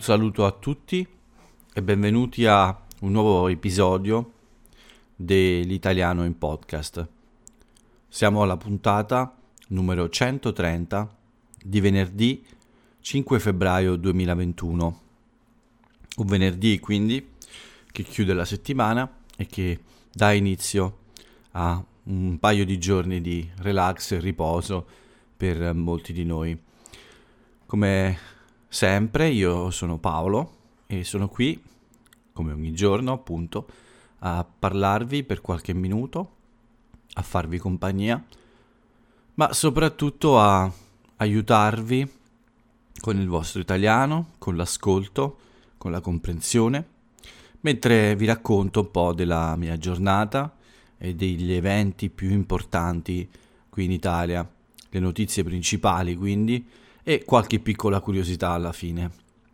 saluto a tutti e benvenuti a un nuovo episodio dell'Italiano in Podcast. Siamo alla puntata numero 130 di venerdì 5 febbraio 2021. Un venerdì quindi che chiude la settimana e che dà inizio a un paio di giorni di relax e riposo per molti di noi. Come sempre io sono Paolo e sono qui, come ogni giorno appunto, a parlarvi per qualche minuto, a farvi compagnia, ma soprattutto a aiutarvi con il vostro italiano, con l'ascolto, con la comprensione, mentre vi racconto un po' della mia giornata e degli eventi più importanti qui in Italia, le notizie principali quindi, e qualche piccola curiosità alla fine.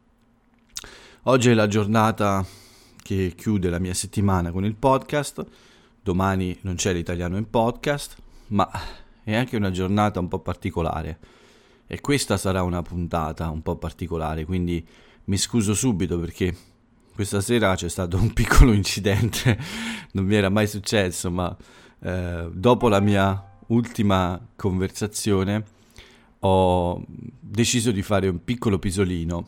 Oggi è la giornata che chiude la mia settimana con il podcast, domani non c'è l'Italiano in Podcast, ma è anche una giornata un po' particolare e questa sarà una puntata un po' particolare, quindi mi scuso subito perché questa sera c'è stato un piccolo incidente, non mi era mai successo, ma dopo la mia ultima conversazione ho deciso di fare un piccolo pisolino.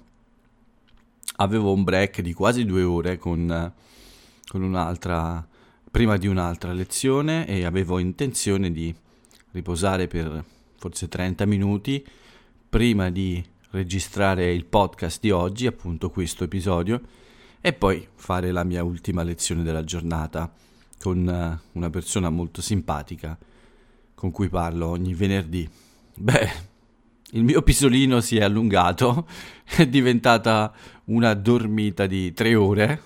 Avevo un break di quasi 2 ore con un'altra, prima di un'altra lezione, e avevo intenzione di riposare per forse 30 minuti prima di registrare il podcast di oggi, appunto questo episodio, e poi fare la mia ultima lezione della giornata con una persona molto simpatica con cui parlo ogni venerdì. Beh, il mio pisolino si è allungato, è diventata una dormita di 3 ore.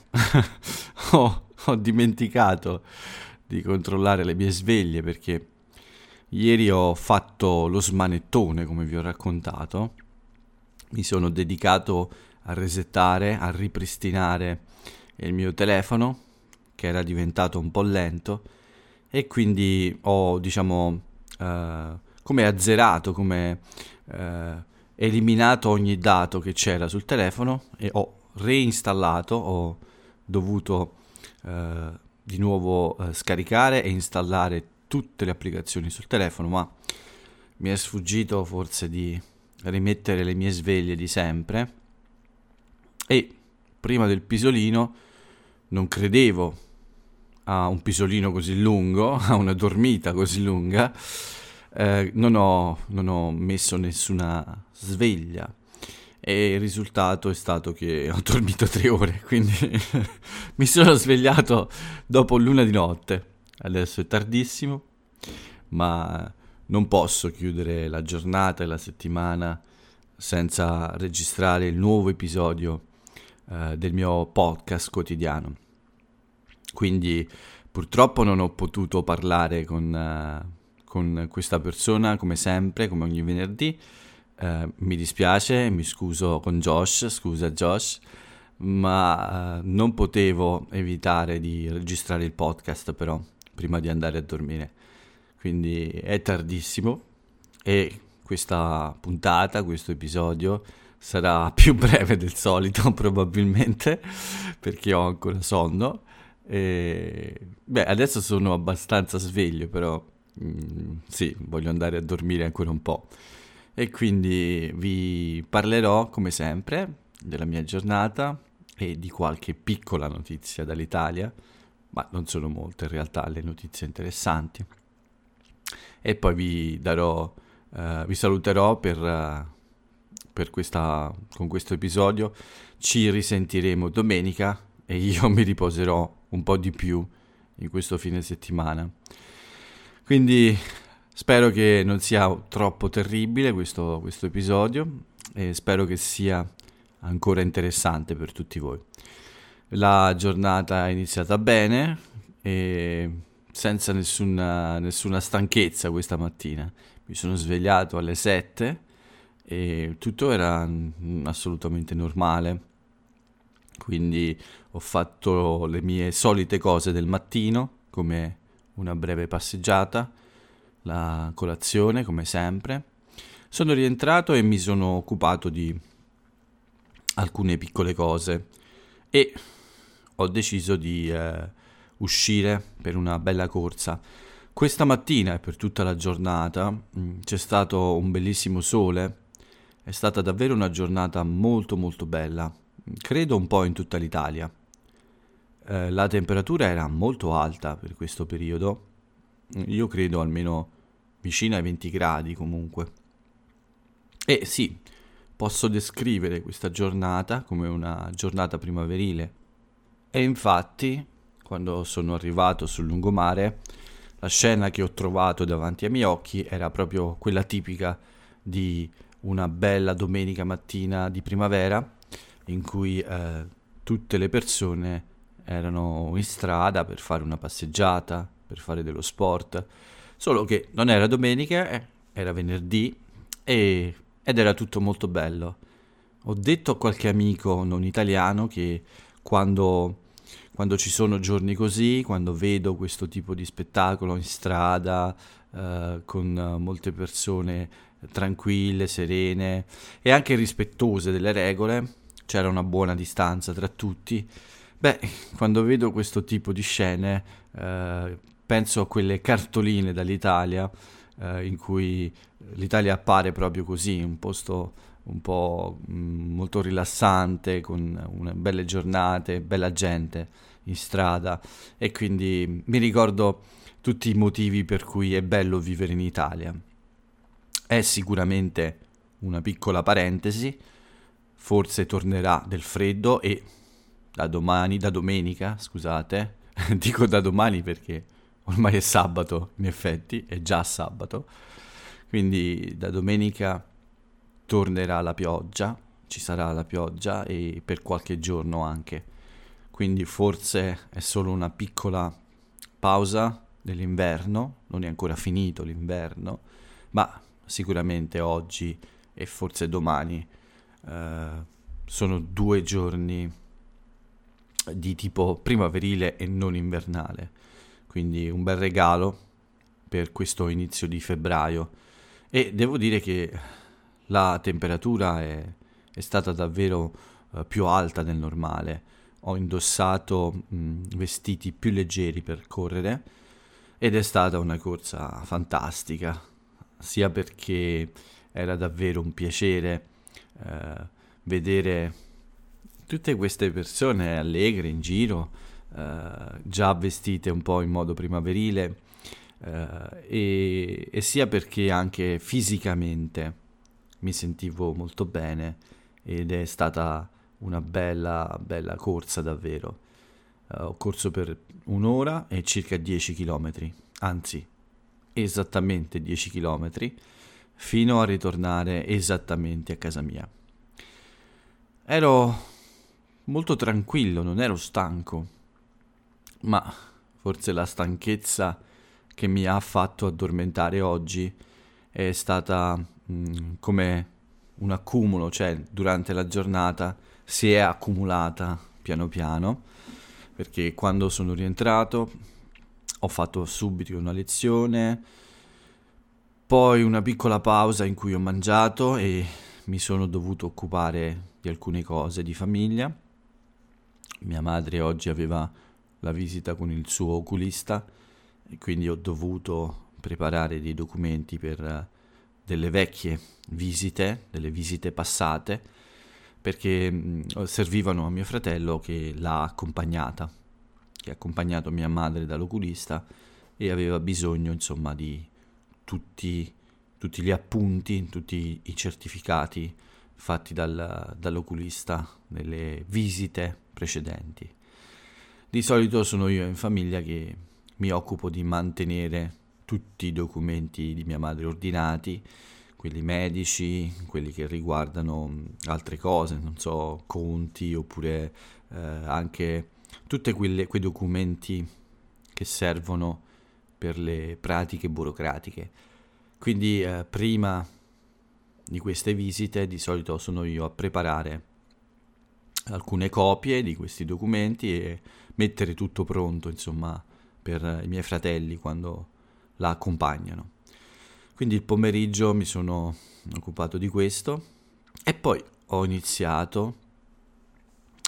Ho dimenticato di controllare le mie sveglie perché ieri ho fatto lo smanettone, come vi ho raccontato. Mi sono dedicato a resettare, a ripristinare il mio telefono, che era diventato un po' lento, e quindi ho, come azzerato, come eliminato ogni dato che c'era sul telefono e ho reinstallato, ho dovuto di nuovo scaricare e installare tutte le applicazioni sul telefono, ma mi è sfuggito forse di rimettere le mie sveglie di sempre, e prima del pisolino non credevo a un pisolino così lungo, a una dormita così lunga. Non ho messo nessuna sveglia e il risultato è stato che ho dormito 3 ore, quindi mi sono svegliato dopo l'1 di notte. Adesso è tardissimo, ma non posso chiudere la giornata e la settimana senza registrare il nuovo episodio del mio podcast quotidiano. Quindi purtroppo non ho potuto parlare con questa persona come sempre, come ogni venerdì. Mi dispiace, mi scuso con Josh, scusa Josh, ma non potevo evitare di registrare il podcast però prima di andare a dormire. Quindi è tardissimo e questa puntata, questo episodio sarà più breve del solito probabilmente perché ho ancora sonno. Adesso sono abbastanza sveglio, però sì, voglio andare a dormire ancora un po', e quindi vi parlerò come sempre della mia giornata e di qualche piccola notizia dall'Italia, ma non sono molte in realtà le notizie interessanti, e poi vi saluterò con questo episodio. Ci risentiremo domenica e io mi riposerò un po' di più in questo fine settimana. Quindi spero che non sia troppo terribile questo episodio e spero che sia ancora interessante per tutti voi. La giornata è iniziata bene e senza nessuna stanchezza questa mattina. Mi sono svegliato alle 7 e tutto era assolutamente normale. Quindi ho fatto le mie solite cose del mattino, come una breve passeggiata, la colazione come sempre. Sono rientrato e mi sono occupato di alcune piccole cose e ho deciso di uscire per una bella corsa. Questa mattina e per tutta la giornata c'è stato un bellissimo sole, è stata davvero una giornata molto molto bella, credo un po' in tutta l'Italia. La temperatura era molto alta per questo periodo, io credo almeno vicina ai 20 gradi comunque. E sì, posso descrivere questa giornata come una giornata primaverile. E infatti, quando sono arrivato sul lungomare, la scena che ho trovato davanti ai miei occhi era proprio quella tipica di una bella domenica mattina di primavera, in cui tutte le persone erano in strada per fare una passeggiata, per fare dello sport, solo che non era domenica, era venerdì ed era tutto molto bello. Ho detto a qualche amico non italiano che quando ci sono giorni così, quando vedo questo tipo di spettacolo in strada, con molte persone tranquille, serene e anche rispettose delle regole, c'era una buona distanza tra tutti. Beh, quando vedo questo tipo di scene, penso a quelle cartoline dall'Italia, in cui l'Italia appare proprio così, un posto un po' molto rilassante, con una belle giornate, bella gente in strada e quindi mi ricordo tutti i motivi per cui è bello vivere in Italia. È sicuramente una piccola parentesi, forse tornerà del freddo e da domenica, scusate, dico da domani perché ormai è sabato, in effetti, è già sabato, quindi da domenica tornerà la pioggia, ci sarà la pioggia e per qualche giorno anche. Quindi forse è solo una piccola pausa dell'inverno, non è ancora finito l'inverno, ma sicuramente oggi e forse domani sono 2 giorni di tipo primaverile e non invernale. Quindi un bel regalo per questo inizio di febbraio. E devo dire che la temperatura è stata davvero più alta del normale. Ho indossato vestiti più leggeri per correre ed è stata una corsa fantastica, sia perché era davvero un piacere vedere tutte queste persone allegre in giro, già vestite un po' in modo primaverile, e sia perché anche fisicamente mi sentivo molto bene ed è stata una bella, bella corsa davvero. Ho corso per 1 ora e circa 10 chilometri, anzi esattamente 10 chilometri, fino a ritornare esattamente a casa mia. Ero molto tranquillo, non ero stanco, ma forse la stanchezza che mi ha fatto addormentare oggi è stata come un accumulo, cioè durante la giornata si è accumulata piano piano, perché quando sono rientrato ho fatto subito una lezione, poi una piccola pausa in cui ho mangiato e mi sono dovuto occupare di alcune cose di famiglia. Mia madre oggi aveva la visita con il suo oculista e quindi ho dovuto preparare dei documenti per delle vecchie visite, delle visite passate, perché servivano a mio fratello che l'ha accompagnata, che ha accompagnato mia madre dall'oculista e aveva bisogno, insomma, di tutti gli appunti, tutti i certificati fatti dall'oculista nelle visite precedenti. Di solito sono io in famiglia che mi occupo di mantenere tutti i documenti di mia madre ordinati, quelli medici, quelli che riguardano altre cose, non so, conti oppure anche tutti quei documenti che servono per le pratiche burocratiche. Quindi prima di queste visite di solito sono io a preparare alcune copie di questi documenti e mettere tutto pronto, insomma, per i miei fratelli quando la accompagnano. Quindi il pomeriggio mi sono occupato di questo e poi ho iniziato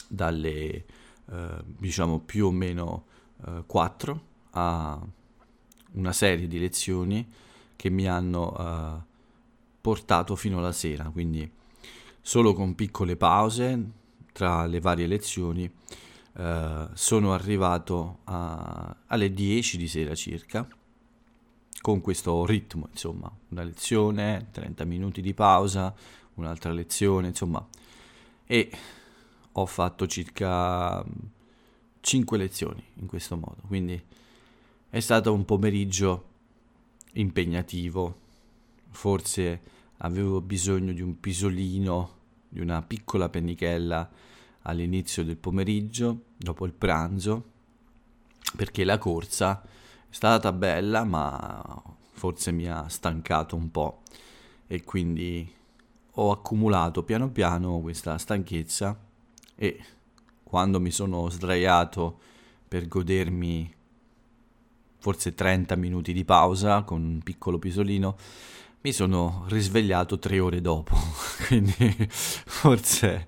dalle diciamo più o meno 4 a una serie di lezioni che mi hanno portato fino alla sera, quindi solo con piccole pause tra le varie lezioni sono arrivato alle 10 di sera circa, con questo ritmo, insomma, una lezione, 30 minuti di pausa, un'altra lezione, insomma, e ho fatto circa 5 lezioni in questo modo, quindi è stato un pomeriggio impegnativo, forse avevo bisogno di un pisolino, di una piccola pennichella all'inizio del pomeriggio, dopo il pranzo, perché la corsa è stata bella, ma forse mi ha stancato un po' e quindi ho accumulato piano piano questa stanchezza e quando mi sono sdraiato per godermi forse 30 minuti di pausa con un piccolo pisolino, mi sono risvegliato 3 ore dopo, quindi forse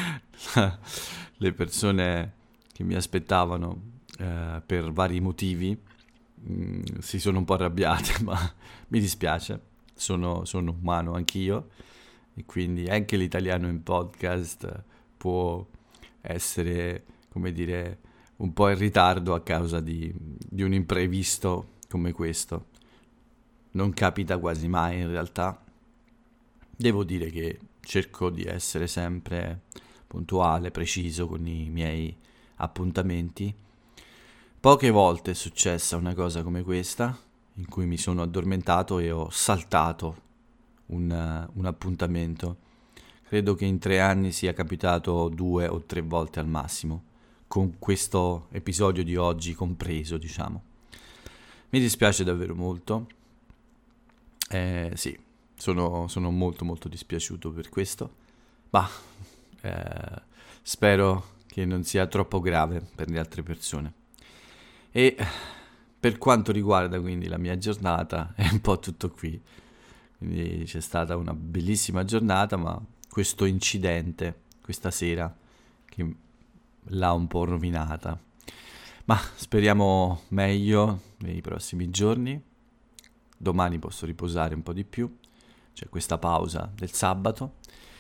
le persone che mi aspettavano per vari motivi si sono un po' arrabbiate, ma mi dispiace, sono umano anch'io e quindi anche l'italiano in podcast può essere, come dire, un po' in ritardo a causa di un imprevisto come questo. Non capita quasi mai in realtà. Devo dire che cerco di essere sempre puntuale, preciso con i miei appuntamenti. Poche volte è successa una cosa come questa, in cui mi sono addormentato e ho saltato un appuntamento. Credo che in 3 anni sia capitato 2 o 3 volte al massimo, con questo episodio di oggi compreso, diciamo. Mi dispiace davvero molto. Sì, sono molto molto dispiaciuto per questo, ma spero che non sia troppo grave per le altre persone. E per quanto riguarda quindi la mia giornata è un po' tutto qui, quindi c'è stata una bellissima giornata, ma questo incidente questa sera che l'ha un po' rovinata, ma speriamo meglio nei prossimi giorni. Domani posso riposare un po' di più, c'è questa pausa del sabato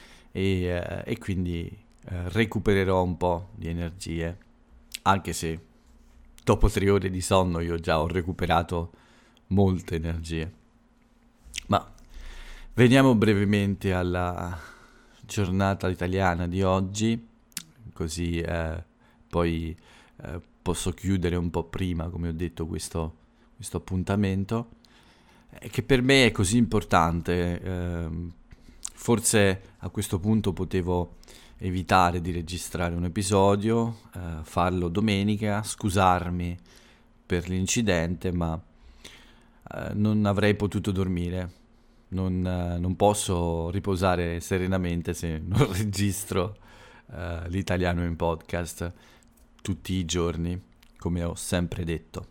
e quindi recupererò un po' di energie, anche se dopo 3 ore di sonno io già ho recuperato molte energie. Ma veniamo brevemente alla giornata italiana di oggi, così poi posso chiudere un po' prima, come ho detto, questo appuntamento, che per me è così importante. Forse a questo punto potevo evitare di registrare un episodio, farlo domenica, scusarmi per l'incidente, ma non avrei potuto dormire. Non posso riposare serenamente se non registro l'italiano in podcast tutti i giorni, come ho sempre detto.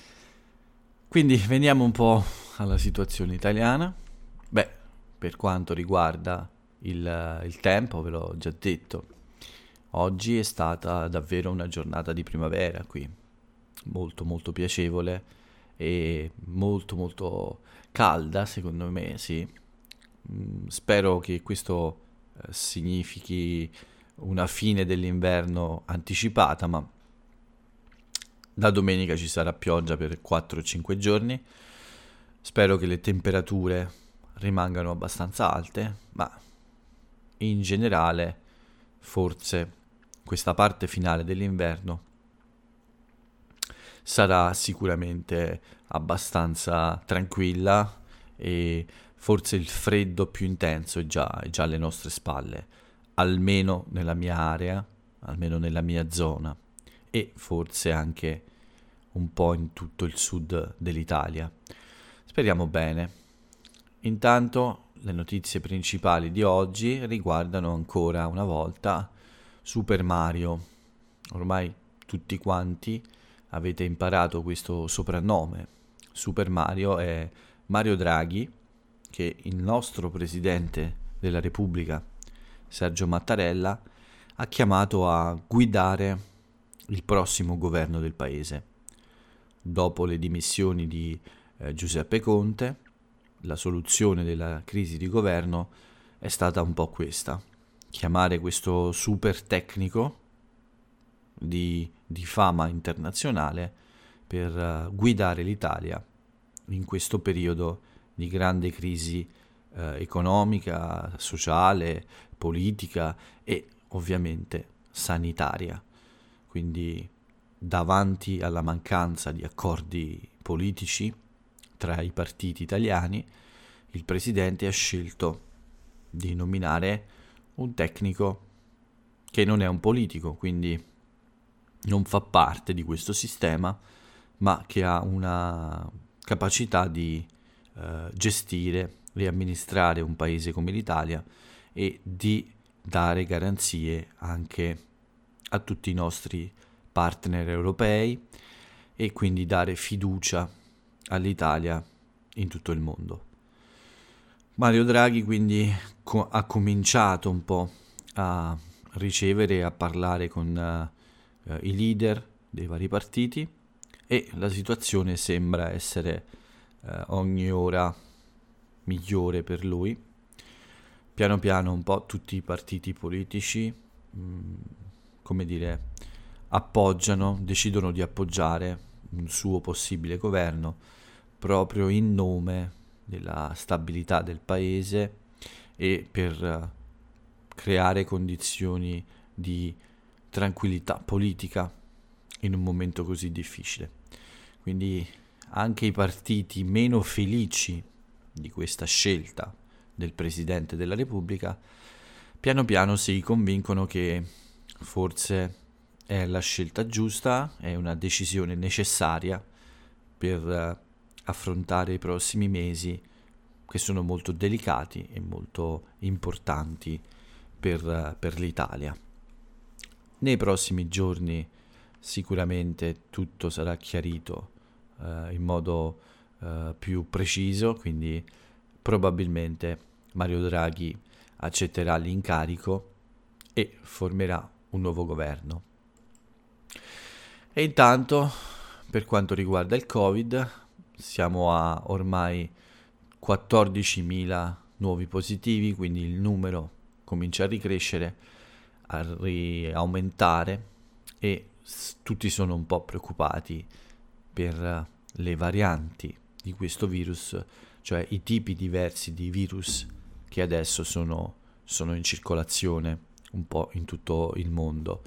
Quindi veniamo un po' alla situazione italiana. Beh, per quanto riguarda il tempo, ve l'ho già detto, oggi è stata davvero una giornata di primavera qui, molto molto piacevole e molto molto calda, secondo me, sì. Spero che questo significhi una fine dell'inverno anticipata, ma da domenica ci sarà pioggia per 4-5 giorni. Spero che le temperature rimangano abbastanza alte, ma in generale forse questa parte finale dell'inverno sarà sicuramente abbastanza tranquilla e forse il freddo più intenso è già alle nostre spalle, almeno nella mia area, almeno nella mia zona e forse anche un po' in tutto il sud dell'Italia. Speriamo bene. Intanto le notizie principali di oggi riguardano ancora una volta Super Mario. Ormai tutti quanti avete imparato questo soprannome. Super Mario è Mario Draghi, che il nostro presidente della Repubblica, Sergio Mattarella, ha chiamato a guidare il prossimo governo del paese. Dopo le dimissioni di Giuseppe Conte, la soluzione della crisi di governo è stata un po' questa: chiamare questo super tecnico di fama internazionale per guidare l'Italia in questo periodo di grande crisi economica, sociale, politica e ovviamente sanitaria. Quindi davanti alla mancanza di accordi politici tra i partiti italiani, il presidente ha scelto di nominare un tecnico che non è un politico, quindi non fa parte di questo sistema, ma che ha una capacità di gestire e amministrare un paese come l'Italia e di dare garanzie anche a tutti i nostri partner europei e quindi dare fiducia all'Italia in tutto il mondo. Mario Draghi quindi ha cominciato un po' a ricevere e a parlare con i leader dei vari partiti e la situazione sembra essere ogni ora migliore per lui. Piano piano un po' tutti i partiti politici decidono di appoggiare un suo possibile governo proprio in nome della stabilità del paese e per creare condizioni di tranquillità politica in un momento così difficile. Quindi anche i partiti meno felici di questa scelta del Presidente della Repubblica piano piano si convincono che forse è la scelta giusta, è una decisione necessaria per affrontare i prossimi mesi che sono molto delicati e molto importanti per l'Italia. Nei prossimi giorni sicuramente tutto sarà chiarito in modo più preciso, quindi probabilmente Mario Draghi accetterà l'incarico e formerà un nuovo governo. E intanto, per quanto riguarda il Covid, siamo a ormai 14.000 nuovi positivi, quindi il numero comincia a ricrescere, a aumentare e tutti sono un po' preoccupati per le varianti di questo virus, cioè i tipi diversi di virus che adesso sono in circolazione un po' in tutto il mondo.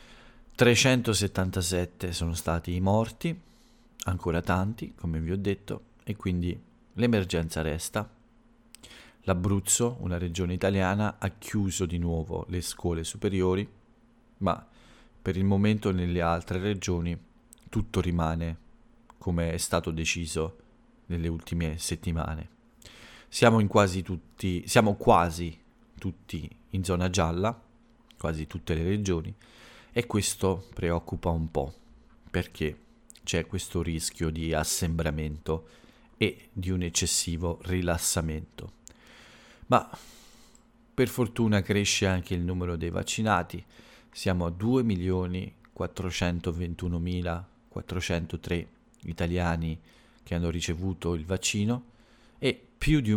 377 sono stati i morti, ancora tanti, come vi ho detto, e quindi l'emergenza resta. L'Abruzzo, una regione italiana, ha chiuso di nuovo le scuole superiori, ma per il momento nelle altre regioni tutto rimane come è stato deciso nelle ultime settimane. Siamo quasi tutti in zona gialla, quasi tutte le regioni, e questo preoccupa un po', perché c'è questo rischio di assembramento e di un eccessivo rilassamento. Ma per fortuna cresce anche il numero dei vaccinati, siamo a 2.421.403 italiani che hanno ricevuto il vaccino e più di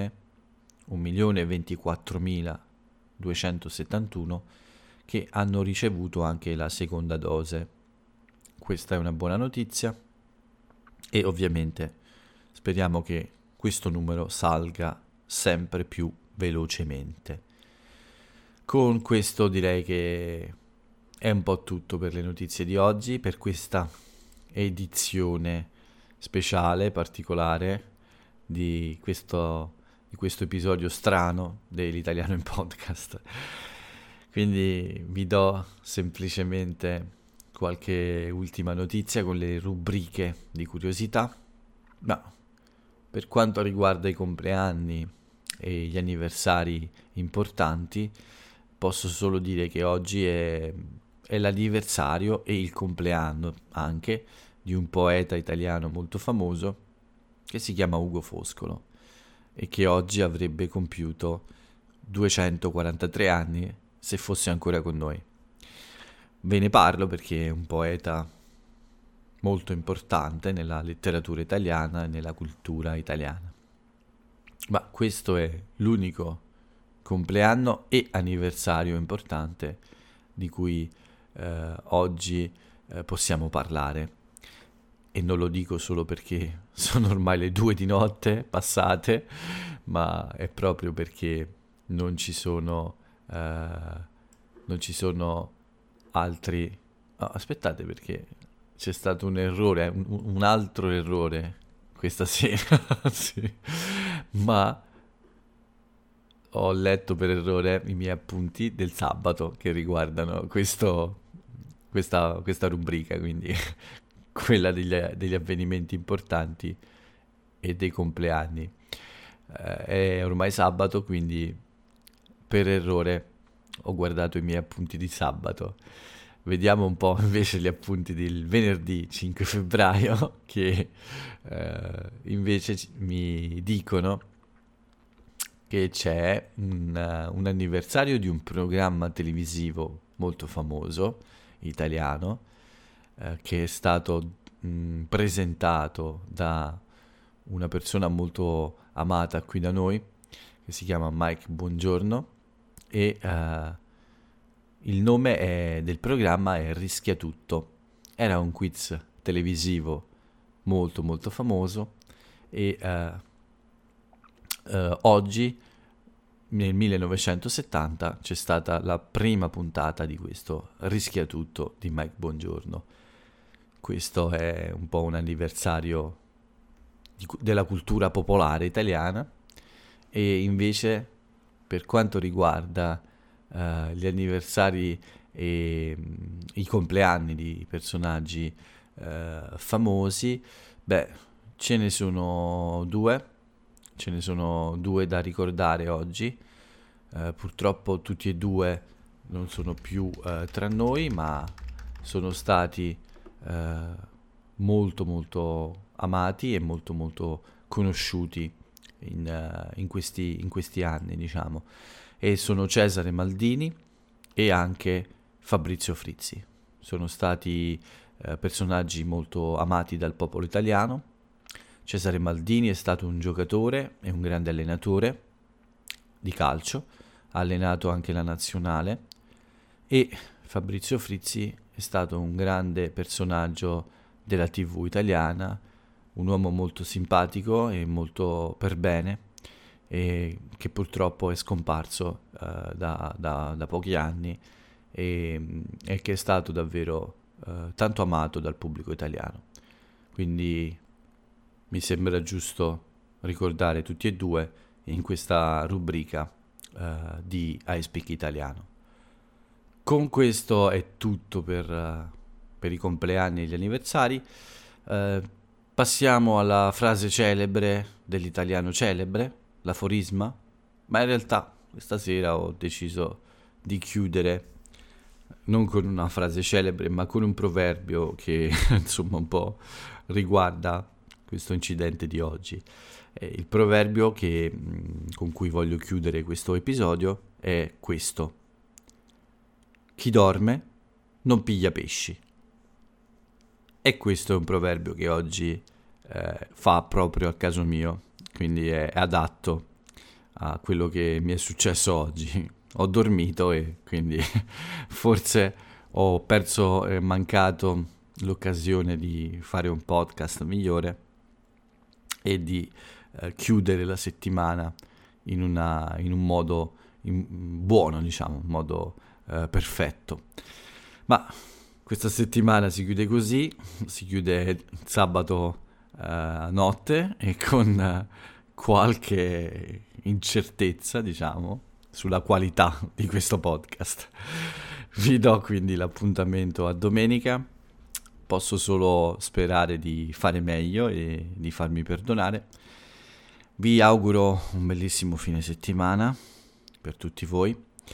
1.024.271 che hanno ricevuto anche la seconda dose. Questa è una buona notizia e ovviamente speriamo che questo numero salga sempre più velocemente. Con questo direi che è un po' tutto per le notizie di oggi, per questa edizione speciale, particolare di questo episodio strano dell'Italiano in Podcast. Quindi vi do semplicemente qualche ultima notizia con le rubriche di curiosità, ma per quanto riguarda i compleanni e gli anniversari importanti, posso solo dire che oggi è l'anniversario e il compleanno anche di un poeta italiano molto famoso che si chiama Ugo Foscolo e che oggi avrebbe compiuto 243 anni se fosse ancora con noi. Ve ne parlo perché è un poeta molto importante nella letteratura italiana e nella cultura italiana. Ma questo è l'unico compleanno e anniversario importante di cui oggi possiamo parlare. E non lo dico solo perché sono ormai le 2 di notte passate, ma è proprio perché non ci sono altri... Oh, aspettate, perché c'è stato un errore, un altro errore questa sera, sì. Ma ho letto per errore i miei appunti del sabato che riguardano questa rubrica, quindi quella degli avvenimenti importanti e dei compleanni. È ormai sabato, quindi per errore ho guardato i miei appunti di sabato. Vediamo un po' invece gli appunti del venerdì 5 febbraio che invece mi dicono che c'è un anniversario di un programma televisivo molto famoso, italiano, che è stato presentato da una persona molto amata qui da noi, che si chiama Mike Bongiorno, e il nome del programma è Rischia Tutto. Era un quiz televisivo molto molto famoso e oggi, nel 1970, c'è stata la prima puntata di questo Rischia Tutto di Mike Bongiorno. Questo è un po' un anniversario della cultura popolare italiana. E invece, per quanto riguarda gli anniversari e i compleanni di personaggi famosi, beh, ce ne sono due da ricordare oggi. Purtroppo tutti e due non sono più tra noi, ma sono stati molto molto amati e molto molto conosciuti in questi anni, diciamo. E sono Cesare Maldini e anche Fabrizio Frizzi. Sono stati personaggi molto amati dal popolo italiano. Cesare Maldini è stato un giocatore e un grande allenatore di calcio, ha allenato anche la nazionale, e Fabrizio Frizzi è stato un grande personaggio della TV italiana, un uomo molto simpatico e molto per bene, e che purtroppo è scomparso da pochi anni e che è stato davvero tanto amato dal pubblico italiano. Quindi mi sembra giusto ricordare tutti e due in questa rubrica di I Speak Italiano. Con questo è tutto per i compleanni e gli anniversari. Passiamo alla frase celebre dell'italiano celebre, l'aforisma, ma in realtà questa sera ho deciso di chiudere non con una frase celebre, ma con un proverbio che insomma un po' riguarda questo incidente di oggi. Il proverbio con cui voglio chiudere questo episodio è questo: chi dorme non piglia pesci. E questo è un proverbio che oggi fa proprio al caso mio, quindi è adatto a quello che mi è successo oggi. Ho dormito e quindi forse ho perso e mancato l'occasione di fare un podcast migliore e di chiudere la settimana in un modo buono, diciamo, un modo perfetto. Ma questa settimana si chiude così, si chiude sabato notte e con qualche incertezza, diciamo, sulla qualità di questo podcast. Vi do quindi l'appuntamento a domenica. Posso solo sperare di fare meglio e di farmi perdonare. Vi auguro un bellissimo fine settimana per tutti voi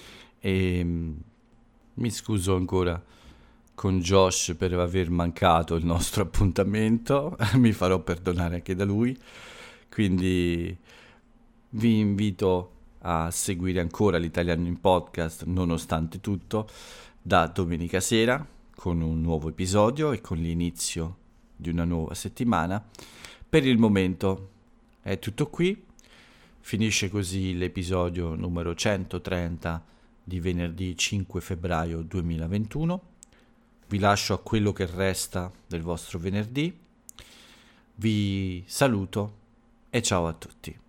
e mi scuso ancora con Josh per aver mancato il nostro appuntamento. Mi farò perdonare anche da lui, quindi vi invito a seguire ancora l'Italiano in Podcast nonostante tutto da domenica sera con un nuovo episodio e con l'inizio di una nuova settimana. Per il momento è tutto qui, finisce così l'episodio numero 130 di venerdì 5 febbraio 2021. Vi lascio a quello che resta del vostro venerdì, vi saluto e ciao a tutti.